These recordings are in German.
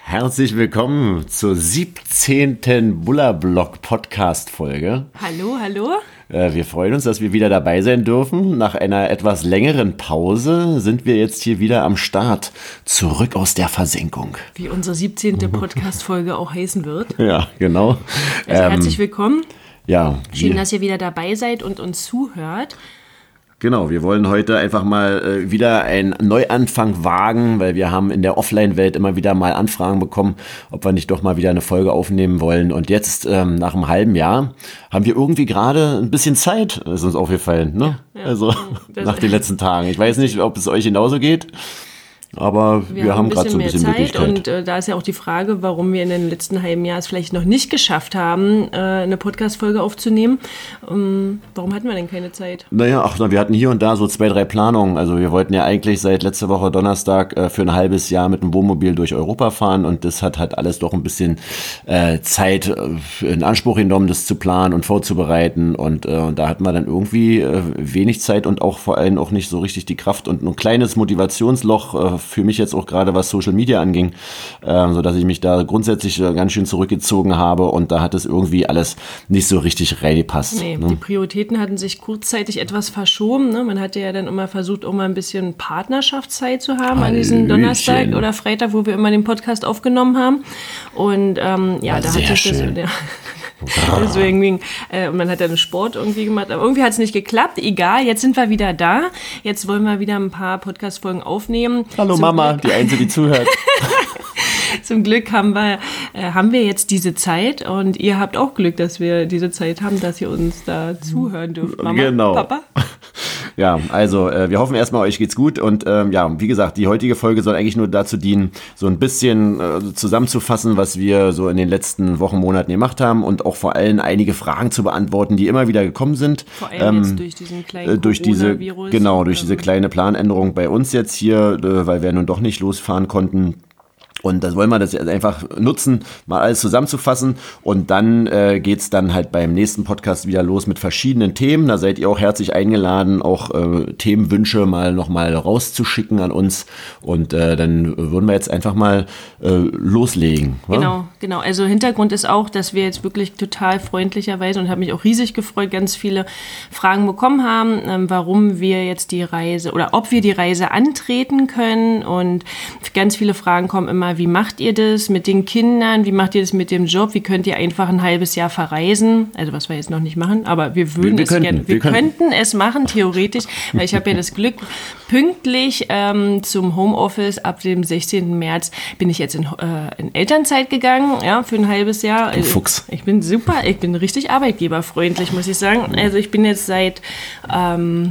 Herzlich willkommen zur 17. Bullerblock Podcast-Folge. Hallo. Wir freuen uns, dass wir wieder dabei sein dürfen. Nach einer etwas längeren Pause sind wir jetzt hier wieder am Start, zurück aus der Versenkung. Wie unsere 17. Podcast-Folge auch heißen wird. Ja, genau. Also herzlich willkommen. Ja. Schön, dass ihr wieder dabei seid und uns zuhört. Genau, wir wollen heute einfach mal wieder einen Neuanfang wagen, weil wir haben in der Offline-Welt immer wieder mal Anfragen bekommen, ob wir nicht doch mal wieder eine Folge aufnehmen wollen. Und jetzt, nach einem halben Jahr, haben wir irgendwie gerade ein bisschen Zeit, ist uns aufgefallen, ne? Ja. Also nach den letzten Tagen. Ich weiß nicht, ob es euch genauso geht. Aber wir haben gerade so ein bisschen Zeit Möglichkeit. Und da ist ja auch die Frage, warum wir in den letzten halben Jahr es vielleicht noch nicht geschafft haben, eine Podcast-Folge aufzunehmen. Warum hatten wir denn keine Zeit? Naja, wir hatten hier und da so 2-3 Planungen. Also wir wollten ja eigentlich seit letzter Woche Donnerstag für ein halbes Jahr mit dem Wohnmobil durch Europa fahren und das hat halt alles doch ein bisschen Zeit in Anspruch genommen, das zu planen und vorzubereiten und da hatten wir dann irgendwie wenig Zeit und auch vor allem auch nicht so richtig die Kraft und ein kleines Motivationsloch für mich jetzt auch gerade, was Social Media anging, so dass ich mich da grundsätzlich ganz schön zurückgezogen habe und da hat es irgendwie alles nicht so richtig reingepasst. Nee, die Prioritäten hatten sich kurzzeitig etwas verschoben. Ne? Man hatte ja dann immer versucht, auch mal ein bisschen Partnerschaftszeit zu haben an diesem Donnerstag oder Freitag, wo wir immer den Podcast aufgenommen haben. Und da hat sich das... Ja. Deswegen, man hat dann Sport irgendwie gemacht, aber irgendwie hat es nicht geklappt. Egal, jetzt sind wir wieder da. Jetzt wollen wir wieder ein paar Podcast-Folgen aufnehmen. Hallo Mama, die Einzige, die zuhört. Zum Glück haben wir jetzt diese Zeit und ihr habt auch Glück, dass wir diese Zeit haben, dass ihr uns da zuhören dürft. Mama, genau. Papa? Ja, also wir hoffen erstmal, euch geht's gut und wie gesagt, die heutige Folge soll eigentlich nur dazu dienen, so ein bisschen zusammenzufassen, was wir so in den letzten Wochen, Monaten gemacht haben und auch vor allem einige Fragen zu beantworten, die immer wieder gekommen sind. Vor allem jetzt durch diesen kleinen Coronavirus. Durch diese kleine Planänderung bei uns jetzt hier, weil wir nun doch nicht losfahren konnten. Und das wollen wir das einfach nutzen, mal alles zusammenzufassen und dann geht's dann halt beim nächsten Podcast wieder los mit verschiedenen Themen. Da seid ihr auch herzlich eingeladen, auch Themenwünsche nochmal rauszuschicken an uns und dann würden wir jetzt einfach mal loslegen. Genau. Also Hintergrund ist auch, dass wir jetzt wirklich total freundlicherweise und habe mich auch riesig gefreut, ganz viele Fragen bekommen haben, warum wir jetzt die Reise oder ob wir die Reise antreten können und ganz viele Fragen kommen immer, wie macht ihr das mit den Kindern? Wie macht ihr das mit dem Job? Wie könnt ihr einfach ein halbes Jahr verreisen? Also was wir jetzt noch nicht machen, aber wir würden es gerne. Wir könnten es machen, theoretisch, weil ich habe ja das Glück, pünktlich zum Homeoffice ab dem 16. März bin ich jetzt in Elternzeit gegangen, ja, für ein halbes Jahr. Du Fuchs. Ich bin super, ich bin richtig arbeitgeberfreundlich, muss ich sagen. Also ich bin jetzt seit dem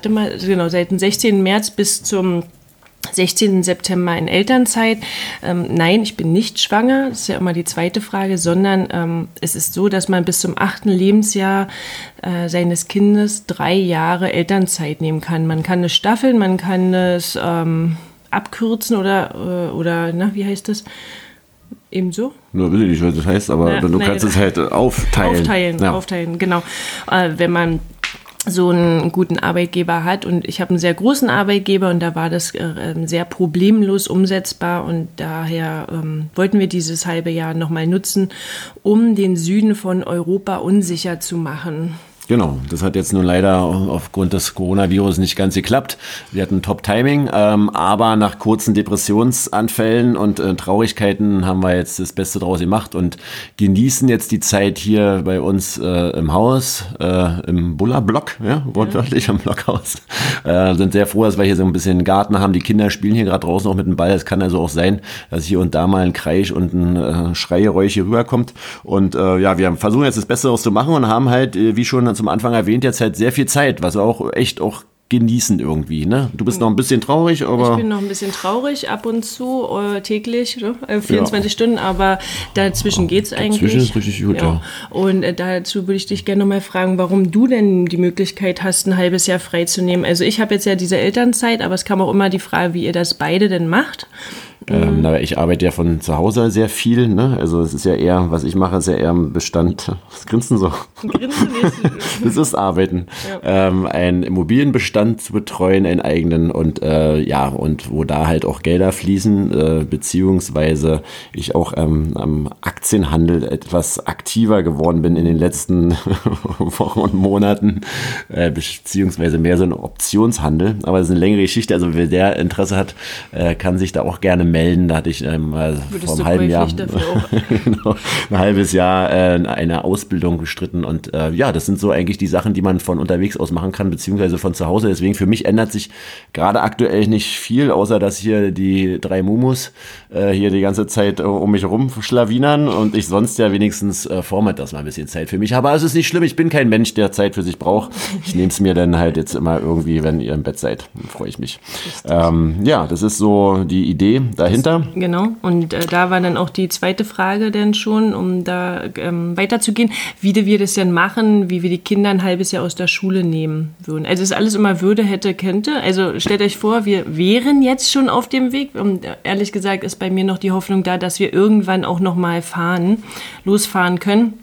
16. März bis zum 16. September in Elternzeit. Nein, ich bin nicht schwanger, das ist ja immer die zweite Frage, sondern es ist so, dass man bis zum 8. Lebensjahr seines Kindes 3 Jahre Elternzeit nehmen kann. Man kann es staffeln, man kann es abkürzen oder wie heißt das? Ebenso? Nur weiß ich nicht, was das heißt, aber du kannst es halt aufteilen. Aufteilen, genau. Wenn man so einen guten Arbeitgeber hat und ich habe einen sehr großen Arbeitgeber und da war das sehr problemlos umsetzbar und daher wollten wir dieses halbe Jahr nochmal nutzen, um den Süden von Europa unsicher zu machen. Genau, das hat jetzt nun leider aufgrund des Coronavirus nicht ganz geklappt. Wir hatten Top-Timing, aber nach kurzen Depressionsanfällen und Traurigkeiten haben wir jetzt das Beste draus gemacht und genießen jetzt die Zeit hier bei uns im Haus, im Bullerblock, ja, wortwörtlich am Blockhaus. Sind sehr froh, dass wir hier so ein bisschen Garten haben. Die Kinder spielen hier gerade draußen auch mit dem Ball. Es kann also auch sein, dass hier und da mal ein Kreisch und ein Schreieräusch hier rüberkommt. Und wir versuchen jetzt das Beste daraus zu machen und haben halt, wie schon zum Anfang erwähnt, jetzt halt sehr viel Zeit, was wir auch echt auch genießen irgendwie, ne? Du bist noch ein bisschen traurig, aber... Ich bin noch ein bisschen traurig, ab und zu, täglich, ne? 24 Stunden, aber dazwischen geht's eigentlich. Dazwischen ist richtig gut, ja. Und dazu würde ich dich gerne nochmal fragen, warum du denn die Möglichkeit hast, ein halbes Jahr frei zu nehmen. Also ich habe jetzt ja diese Elternzeit, aber es kam auch immer die Frage, wie ihr das beide denn macht. Ich arbeite ja von zu Hause sehr viel, ne? Also es ist ja eher, was ich mache, ist ja eher ein Bestand. Was grinsen so? Das ist Arbeiten. Ja. Einen Immobilienbestand zu betreuen, einen eigenen und und wo da halt auch Gelder fließen, beziehungsweise ich auch am Aktienhandel etwas aktiver geworden bin in den letzten Wochen und Monaten, beziehungsweise mehr so ein Optionshandel. Aber das ist eine längere Geschichte. Also wer der Interesse hat, kann sich da auch gerne melden. Da hatte ich vor einem halben Jahr, genau, ein halbes Jahr eine Ausbildung bestritten. Und das sind so eigentlich die Sachen, die man von unterwegs aus machen kann, beziehungsweise von zu Hause. Deswegen für mich ändert sich gerade aktuell nicht viel, außer dass hier die 3 Mumus hier die ganze Zeit um mich rum schlawinern und ich sonst ja wenigstens vormittags mal ein bisschen Zeit für mich habe. Aber es ist nicht schlimm, ich bin kein Mensch, der Zeit für sich braucht. Ich nehme es mir dann halt jetzt immer irgendwie, wenn ihr im Bett seid. Dann freue ich mich. Das ist so die Idee dahinter. Genau, und da war dann auch die zweite Frage dann schon, um da weiterzugehen, wie wir das denn machen, wie wir die Kinder ein halbes Jahr aus der Schule nehmen würden. Also es ist alles immer würde, hätte, könnte. Also stellt euch vor, wir wären jetzt schon auf dem Weg. Und ehrlich gesagt ist bei mir noch die Hoffnung da, dass wir irgendwann auch noch mal losfahren können.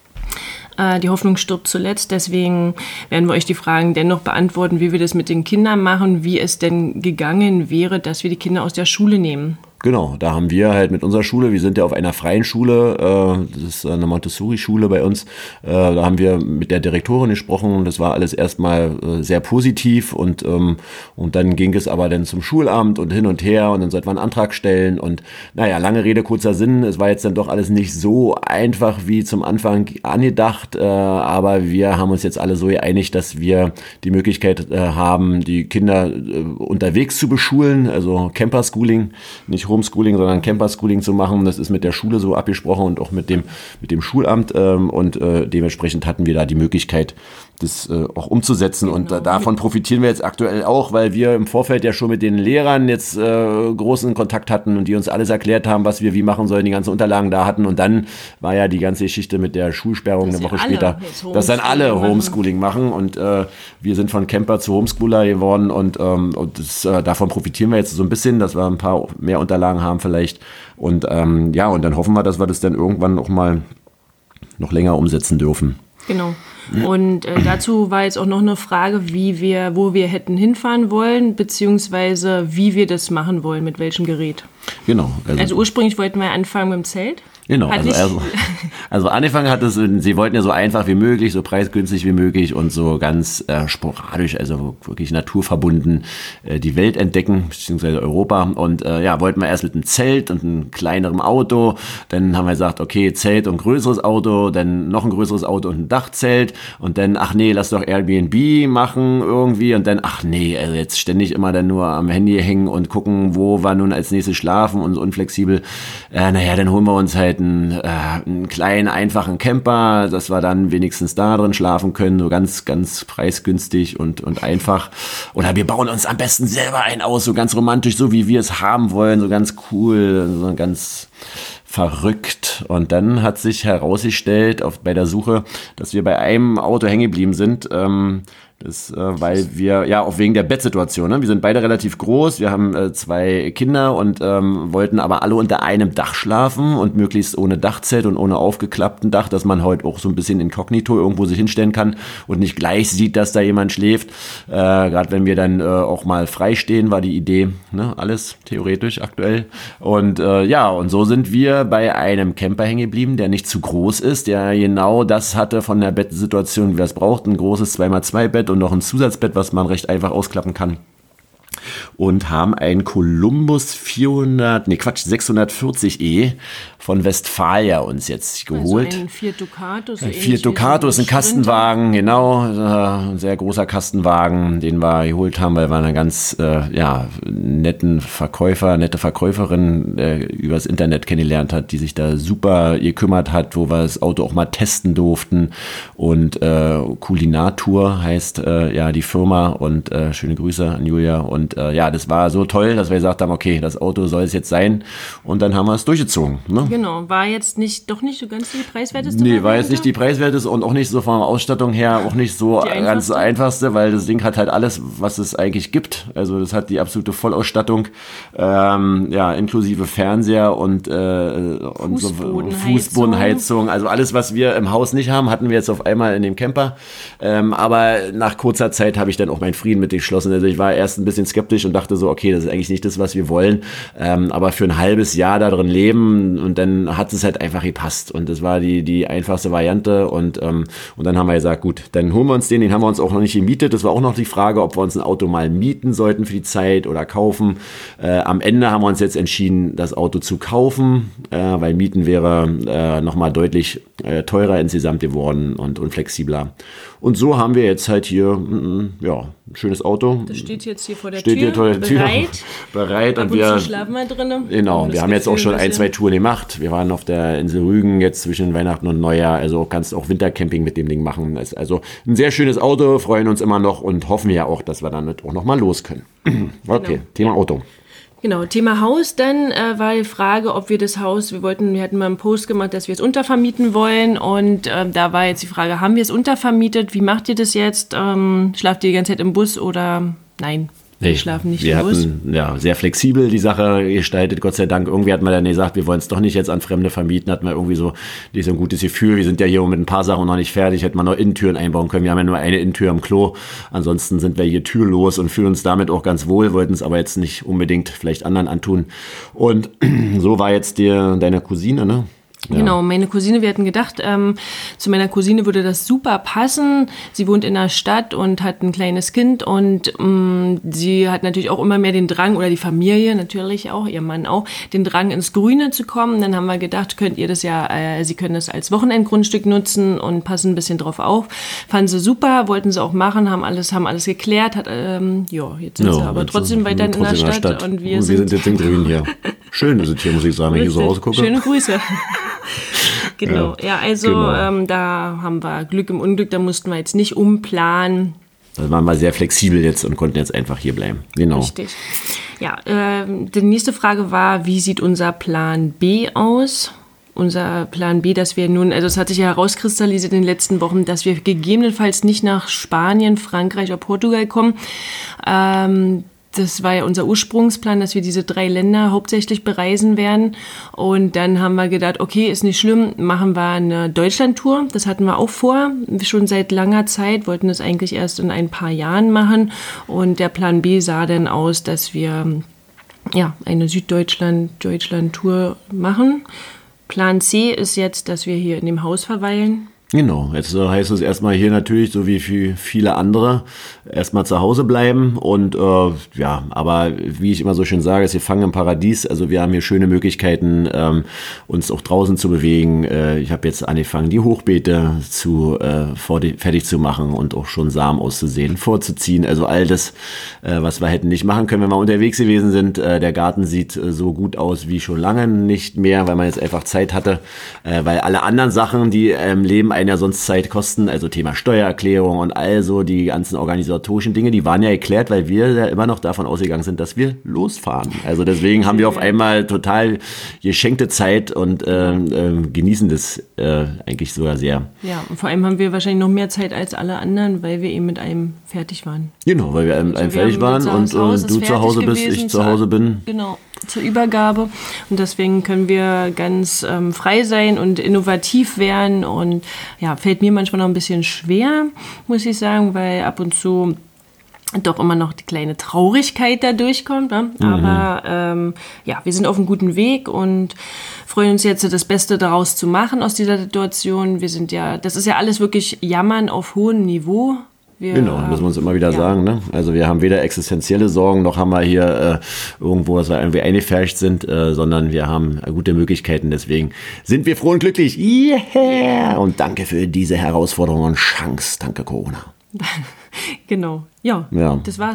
Die Hoffnung stirbt zuletzt, deswegen werden wir euch die Fragen dennoch beantworten, wie wir das mit den Kindern machen, wie es denn gegangen wäre, dass wir die Kinder aus der Schule nehmen. Genau, da haben wir halt mit unserer Schule, wir sind ja auf einer freien Schule, das ist eine Montessori-Schule bei uns, da haben wir mit der Direktorin gesprochen, das war alles erstmal sehr positiv und dann ging es aber dann zum Schulamt und hin und her und dann sollte man einen Antrag stellen und lange Rede, kurzer Sinn, es war jetzt dann doch alles nicht so einfach wie zum Anfang angedacht, aber wir haben uns jetzt alle so geeinigt, dass wir die Möglichkeit haben, die Kinder unterwegs zu beschulen, also Camper-Schooling, nicht Homeschooling, sondern Camper-Schooling zu machen. Das ist mit der Schule so abgesprochen und auch mit dem Schulamt und dementsprechend hatten wir da die Möglichkeit, das auch umzusetzen. Genau. Und davon profitieren wir jetzt aktuell auch, weil wir im Vorfeld ja schon mit den Lehrern jetzt großen Kontakt hatten und die uns alles erklärt haben, was wir wie machen sollen, die ganzen Unterlagen da hatten. Und dann war ja die ganze Geschichte mit der Schulsperrung eine Woche später, dass dann alle Homeschooling machen. Und wir sind von Camper zu Homeschooler geworden und davon profitieren wir jetzt so ein bisschen, dass wir ein paar mehr Unterlagen haben vielleicht. Und und dann hoffen wir, dass wir das dann irgendwann auch mal noch länger umsetzen dürfen. Genau. Und dazu war jetzt auch noch eine Frage, wo wir hätten hinfahren wollen, beziehungsweise wie wir das machen wollen, mit welchem Gerät. Genau. Also ursprünglich wollten wir anfangen mit dem Zelt. Genau, also angefangen hat es, sie wollten ja so einfach wie möglich, so preisgünstig wie möglich und so ganz sporadisch, also wirklich naturverbunden die Welt entdecken, beziehungsweise Europa und wollten wir erst mit einem Zelt und einem kleineren Auto, dann haben wir gesagt, okay, Zelt und größeres Auto, dann noch ein größeres Auto und ein Dachzelt und dann, lass doch Airbnb machen irgendwie und dann, also jetzt ständig immer dann nur am Handy hängen und gucken, wo wir nun als nächstes schlafen und so unflexibel, dann holen wir uns halt einen kleinen, einfachen Camper, dass wir dann wenigstens da drin schlafen können, so ganz, ganz preisgünstig und einfach. Oder wir bauen uns am besten selber einen aus, so ganz romantisch, so wie wir es haben wollen, so ganz cool, so ganz verrückt. Und dann hat sich herausgestellt bei der Suche, dass wir bei einem Auto hängen geblieben sind, weil wir, auch wegen der Bettsituation, ne? Wir sind beide relativ groß, wir haben 2 Kinder und wollten aber alle unter einem Dach schlafen und möglichst ohne Dachzelt und ohne aufgeklappten Dach, dass man heute auch so ein bisschen inkognito irgendwo sich hinstellen kann und nicht gleich sieht, dass da jemand schläft. Gerade wenn wir dann auch mal frei stehen, war die Idee, ne? Alles theoretisch aktuell. Und und so sind wir bei einem Camper hängen geblieben, der nicht zu groß ist, der genau das hatte von der Bettsituation, wie wir es brauchten, ein großes 2x2-Bett und noch ein Zusatzbett, was man recht einfach ausklappen kann. Und haben ein Columbus 640e von Westfalia uns jetzt geholt. Also ein Fiat Ducato. Ein Fiat Ducato ist ein Kastenwagen, genau, ein sehr großer Kastenwagen, den wir geholt haben, weil wir eine ganz nette Verkäuferin übers Internet kennengelernt hat, die sich da super gekümmert hat, wo wir das Auto auch mal testen durften. Und Kulinatur heißt die Firma und schöne Grüße an Julia und ja, das war so toll, dass wir gesagt haben, okay, das Auto soll es jetzt sein. Und dann haben wir es durchgezogen. Ne? Genau, war jetzt doch nicht so ganz die preiswerteste. Nee, war jetzt nicht die preiswerteste und auch nicht so von der Ausstattung her, auch nicht so ganz einfachste, weil das Ding hat halt alles, was es eigentlich gibt. Also das hat die absolute Vollausstattung, ja, inklusive Fernseher und so Fußbodenheizung. Also alles, was wir im Haus nicht haben, hatten wir jetzt auf einmal in dem Camper. Aber nach kurzer Zeit habe ich dann auch meinen Frieden mit geschlossen. Also ich war erst ein bisschen skeptisch und dachte so, okay, das ist eigentlich nicht das, was wir wollen. Aber für ein halbes Jahr da drin leben und dann hat es halt einfach gepasst. Und das war die einfachste Variante. Und dann haben wir gesagt, gut, dann holen wir uns den haben wir uns auch noch nicht gemietet. Das war auch noch die Frage, ob wir uns ein Auto mal mieten sollten für die Zeit oder kaufen. Am Ende haben wir uns jetzt entschieden, das Auto zu kaufen, weil mieten wäre nochmal deutlich teurer insgesamt geworden und unflexibler. Und so haben wir jetzt halt hier, ja, ein schönes Auto. Das steht jetzt hier vor der Tür. Steht hier vor der Tür. Bereit. Und wir schlafen wir drinnen. Genau, wir haben jetzt auch schon 1-2 Touren gemacht. Wir waren auf der Insel Rügen jetzt zwischen Weihnachten und Neujahr. Also kannst auch Wintercamping mit dem Ding machen. Das ist also ein sehr schönes Auto, freuen uns immer noch und hoffen ja auch, dass wir damit auch noch mal los können. Okay, genau. Thema Auto. Genau, Thema Haus, dann war die Frage, ob wir das Haus, wir hatten mal einen Post gemacht, dass wir es untervermieten wollen und da war jetzt die Frage, haben wir es untervermietet, wie macht ihr das jetzt, schlaft ihr die ganze Zeit im Bus oder nein? Wir schlafen nicht im Bus. Wir hatten ja sehr flexibel die Sache gestaltet, Gott sei Dank. Irgendwie hat man dann gesagt, wir wollen es doch nicht jetzt an Fremde vermieten, hat man irgendwie so nicht so ein gutes Gefühl. Wir sind ja hier mit ein paar Sachen noch nicht fertig, hätte man noch Innentüren einbauen können. Wir haben ja nur eine Innentür am Klo. Ansonsten sind wir hier türlos und fühlen uns damit auch ganz wohl, wollten es aber jetzt nicht unbedingt vielleicht anderen antun. Und so war jetzt deine Cousine, ne? Ja. Genau, meine Cousine, wir hatten gedacht, zu meiner Cousine würde das super passen. Sie wohnt in der Stadt und hat ein kleines Kind und sie hat natürlich auch immer mehr den Drang, oder die Familie natürlich auch, ihr Mann auch, den Drang ins Grüne zu kommen. Dann haben wir gedacht, könnt ihr das ja, sie können das als Wochenendgrundstück nutzen und passen ein bisschen drauf auf. Fanden sie super, wollten sie auch machen, haben alles geklärt. Jetzt sind sie aber trotzdem weiter in der Stadt. Und wir sind jetzt im Grün hier. Schön ist es hier, muss ich sagen, wenn ich so rausgucke. Schöne Grüße. Genau, ja, also genau. Da haben wir Glück im Unglück, da mussten wir jetzt nicht umplanen. Da waren wir sehr flexibel jetzt und konnten jetzt einfach hier bleiben. Genau. Richtig. Ja, die nächste Frage war, wie sieht unser Plan B aus? Unser Plan B, dass wir nun, also es hat sich ja herauskristallisiert in den letzten Wochen, dass wir gegebenenfalls nicht nach Spanien, Frankreich oder Portugal kommen. Das war ja unser Ursprungsplan, dass wir diese 3 Länder hauptsächlich bereisen werden. Und dann haben wir gedacht, okay, ist nicht schlimm, machen wir eine Deutschlandtour. Das hatten wir auch vor, schon seit langer Zeit, wollten das eigentlich erst in ein paar Jahren machen. Und der Plan B sah dann aus, dass wir ja, eine Süddeutschland-Tour machen. Plan C ist jetzt, dass wir hier in dem Haus verweilen. Genau, jetzt heißt es erstmal hier natürlich, so wie für viele andere, erstmal zu Hause bleiben und ja, aber wie ich immer so schön sage, ist wir fangen im Paradies, also wir haben hier schöne Möglichkeiten, uns auch draußen zu bewegen. Ich habe jetzt angefangen, die Hochbeete fertig zu machen und auch schon Samen auszusehen, vorzuziehen, also all das, was wir hätten nicht machen können, wenn wir unterwegs gewesen sind. Der Garten sieht so gut aus wie schon lange nicht mehr, weil man jetzt einfach Zeit hatte, weil alle anderen Sachen, die im Leben ja sonst Zeit kosten, also Thema Steuererklärung und also die ganzen organisatorischen Dinge, die waren ja geklärt, weil wir ja immer noch davon ausgegangen sind, dass wir losfahren. Also deswegen haben wir auf einmal total geschenkte Zeit und genießen das eigentlich sogar sehr. Ja, und vor allem haben wir wahrscheinlich noch mehr Zeit als alle anderen, weil wir eben mit einem fertig waren. Genau, weil wir mit einem fertig waren und du zu Hause bist, ich zu Hause bin. Genau. Zur Übergabe und deswegen können wir ganz frei sein und innovativ werden und ja, fällt mir manchmal noch ein bisschen schwer, muss ich sagen, weil ab und zu doch immer noch die kleine Traurigkeit da durchkommt, ne? Aber ja, wir sind auf einem guten Weg und freuen uns jetzt, das Beste daraus zu machen aus dieser Situation. Das ist ja alles wirklich Jammern auf hohem Niveau. Genau, müssen wir uns immer wieder sagen. Ne? Also wir haben weder existenzielle Sorgen, noch haben wir hier irgendwo, dass wir irgendwie eingefärscht sind, sondern wir haben gute Möglichkeiten. Deswegen sind wir froh und glücklich. Yeah! Und danke für diese Herausforderung und Chance. Danke, Corona. Genau, ja, das war's auch.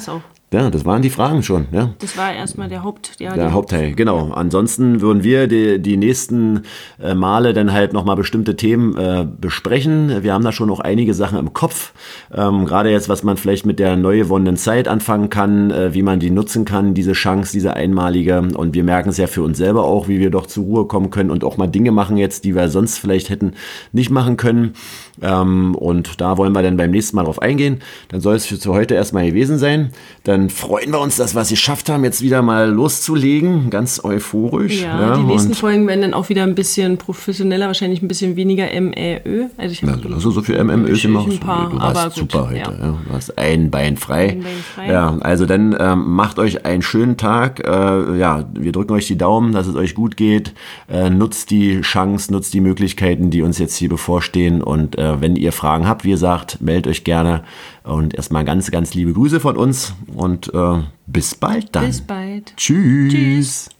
Ja, das waren die Fragen schon. Ja. Das war erstmal der Hauptteil, genau. Ansonsten würden wir die nächsten Male dann halt nochmal bestimmte Themen besprechen. Wir haben da schon noch einige Sachen im Kopf. Gerade jetzt, was man vielleicht mit der neu gewonnenen Zeit anfangen kann, wie man die nutzen kann, diese Chance, diese einmalige. Und wir merken es ja für uns selber auch, wie wir doch zur Ruhe kommen können und auch mal Dinge machen jetzt, die wir sonst vielleicht hätten nicht machen können. Und da wollen wir dann beim nächsten Mal drauf eingehen. Dann soll es für heute erstmal gewesen sein. Dann freuen wir uns, dass wir es geschafft haben, jetzt wieder mal loszulegen. Ganz euphorisch. Ja, die nächsten Folgen werden dann auch wieder ein bisschen professioneller, wahrscheinlich ein bisschen weniger MÄÖ. Also ich habe so viel MMÖs gemacht. Ein paar, du warst aber gut, super heute. Ja. Ja. Du hast ein Bein frei. Ein Bein frei. Ja, also dann macht euch einen schönen Tag. Wir drücken euch die Daumen, dass es euch gut geht. Nutzt die Chance, nutzt die Möglichkeiten, die uns jetzt hier bevorstehen. Und wenn ihr Fragen habt, wie gesagt, meldet euch gerne. Und erstmal ganz, ganz liebe Grüße von uns und bis bald dann. Bis bald. Tschüss.